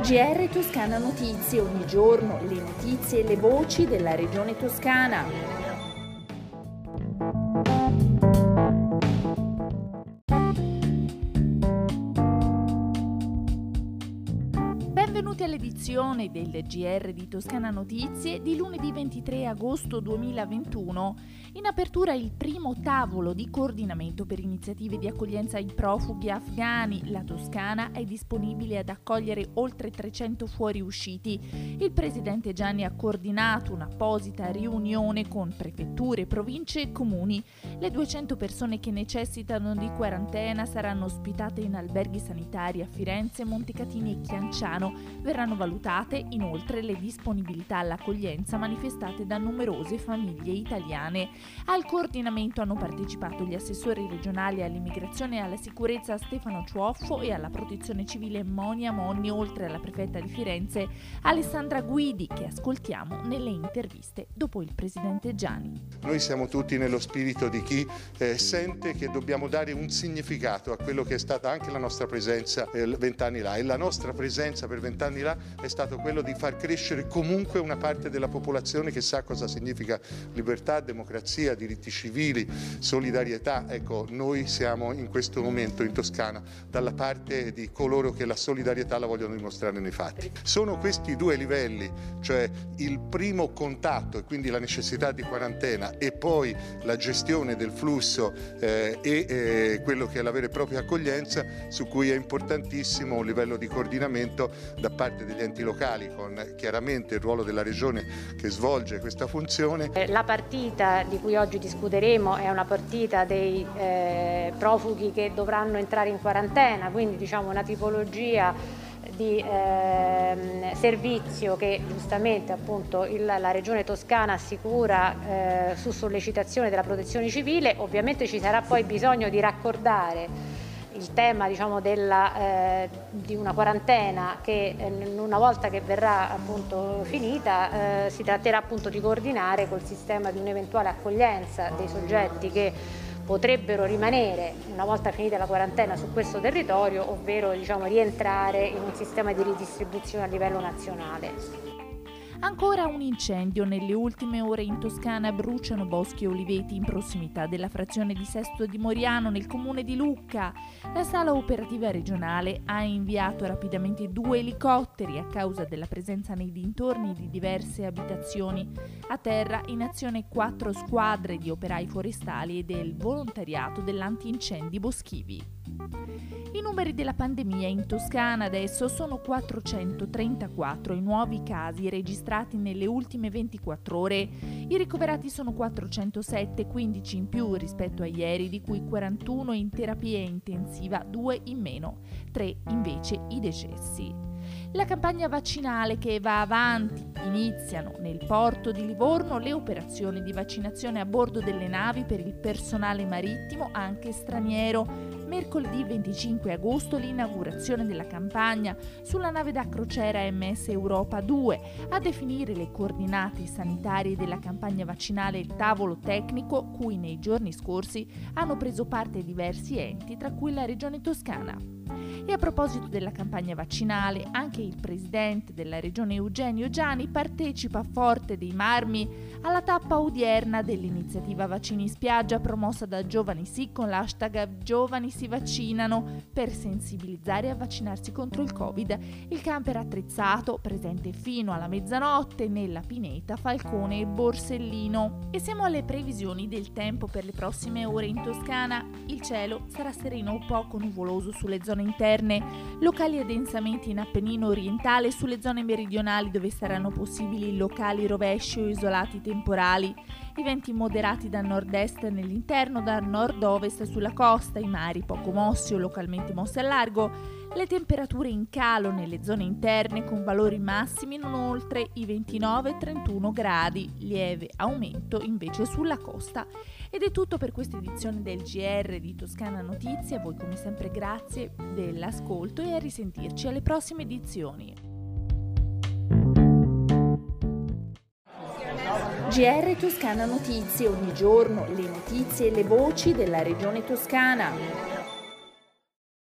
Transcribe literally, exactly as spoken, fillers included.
G R Toscana Notizie, ogni giorno le notizie e le voci della regione toscana. Benvenuti all'edizione del G R di Toscana Notizie di lunedì ventitré agosto duemilaventuno. In apertura il primo tavolo di coordinamento per iniziative di accoglienza ai profughi afghani. La Toscana è disponibile ad accogliere oltre trecento fuoriusciti. Il presidente Gianni ha coordinato un'apposita riunione con prefetture, province e comuni. Le duecento persone che necessitano di quarantena saranno ospitate in alberghi sanitari a Firenze, Montecatini e Chianciano. Verranno valutate inoltre le disponibilità all'accoglienza manifestate da numerose famiglie italiane. Al coordinamento hanno partecipato gli assessori regionali all'immigrazione e alla sicurezza Stefano Ciuoffo e alla protezione civile Monia Monni, oltre alla prefetta di Firenze Alessandra Guidi, che ascoltiamo nelle interviste dopo il presidente Gianni. Noi siamo tutti nello spirito di chi eh, sente che dobbiamo dare un significato a quello che è stata anche la nostra presenza eh, vent'anni là, e la nostra presenza per vent'anni là è stato quello di far crescere comunque una parte della popolazione che sa cosa significa libertà, democrazia, diritti civili, solidarietà. Ecco, noi siamo in questo momento in Toscana dalla parte di coloro che la solidarietà la vogliono dimostrare nei fatti. Sono questi due livelli, cioè il primo contatto e quindi la necessità di quarantena e poi la gestione del flusso eh, e eh, quello che è la vera e propria accoglienza, su cui è importantissimo un livello di coordinamento da parte degli enti locali, con chiaramente il ruolo della regione che svolge questa funzione. La partita di cui oggi discuteremo è una partita dei eh, profughi che dovranno entrare in quarantena, quindi diciamo una tipologia di eh, servizio che giustamente appunto il, la regione Toscana assicura eh, su sollecitazione della protezione civile. Ovviamente ci sarà poi bisogno di raccordare il tema diciamo, della, eh, di una quarantena che eh, una volta che verrà appunto finita eh, si tratterà appunto di coordinare col sistema di un'eventuale accoglienza dei soggetti che potrebbero rimanere una volta finita la quarantena su questo territorio, ovvero diciamo, rientrare in un sistema di ridistribuzione a livello nazionale. Ancora un incendio. Nelle ultime ore in Toscana bruciano boschi e oliveti in prossimità della frazione di Sesto di Moriano nel comune di Lucca. La sala operativa regionale ha inviato rapidamente due elicotteri a causa della presenza nei dintorni di diverse abitazioni. A terra in azione quattro squadre di operai forestali e del volontariato dell'antincendi boschivi. I numeri della pandemia in Toscana adesso sono quattrocentotrentaquattro i nuovi casi registrati nelle ultime ventiquattro ore. I ricoverati sono quattrocentosette, quindici in più rispetto a ieri, di cui quarantuno in terapia intensiva, due in meno, tre invece i decessi. La campagna vaccinale che va avanti. Iniziano nel porto di Livorno le operazioni di vaccinazione a bordo delle navi per il personale marittimo, anche straniero. Mercoledì venticinque agosto l'inaugurazione della campagna sulla nave da crociera M S Europa due. A definire le coordinate sanitarie della campagna vaccinale il tavolo tecnico, cui nei giorni scorsi hanno preso parte diversi enti, tra cui la Regione Toscana. E a proposito della campagna vaccinale, anche il presidente della Regione Eugenio Giani partecipa a Forte dei Marmi alla tappa odierna dell'iniziativa Vaccini in Spiaggia promossa da Giovani Sì con l'hashtag Giovani si vaccinano per sensibilizzare a vaccinarsi contro il Covid. Il camper attrezzato, presente fino alla mezzanotte nella pineta Falcone e Borsellino. E siamo alle previsioni del tempo per le prossime ore in Toscana. Il cielo sarà sereno o poco nuvoloso sulle zone interne, locali addensamenti in Appennino orientale, sulle zone meridionali dove saranno possibili locali rovesci o isolati temporali. I venti moderati da nord-est nell'interno, da nord-ovest sulla costa, i mari poco mossi o localmente mossi al largo. Le temperature in calo nelle zone interne con valori massimi non oltre i ventinove trentuno gradi, lieve aumento invece sulla costa. Ed è tutto per questa edizione del G R di Toscana Notizie. A voi come sempre grazie dell'ascolto e a risentirci alle prossime edizioni. G R Toscana Notizie, ogni giorno le notizie e le voci della regione toscana.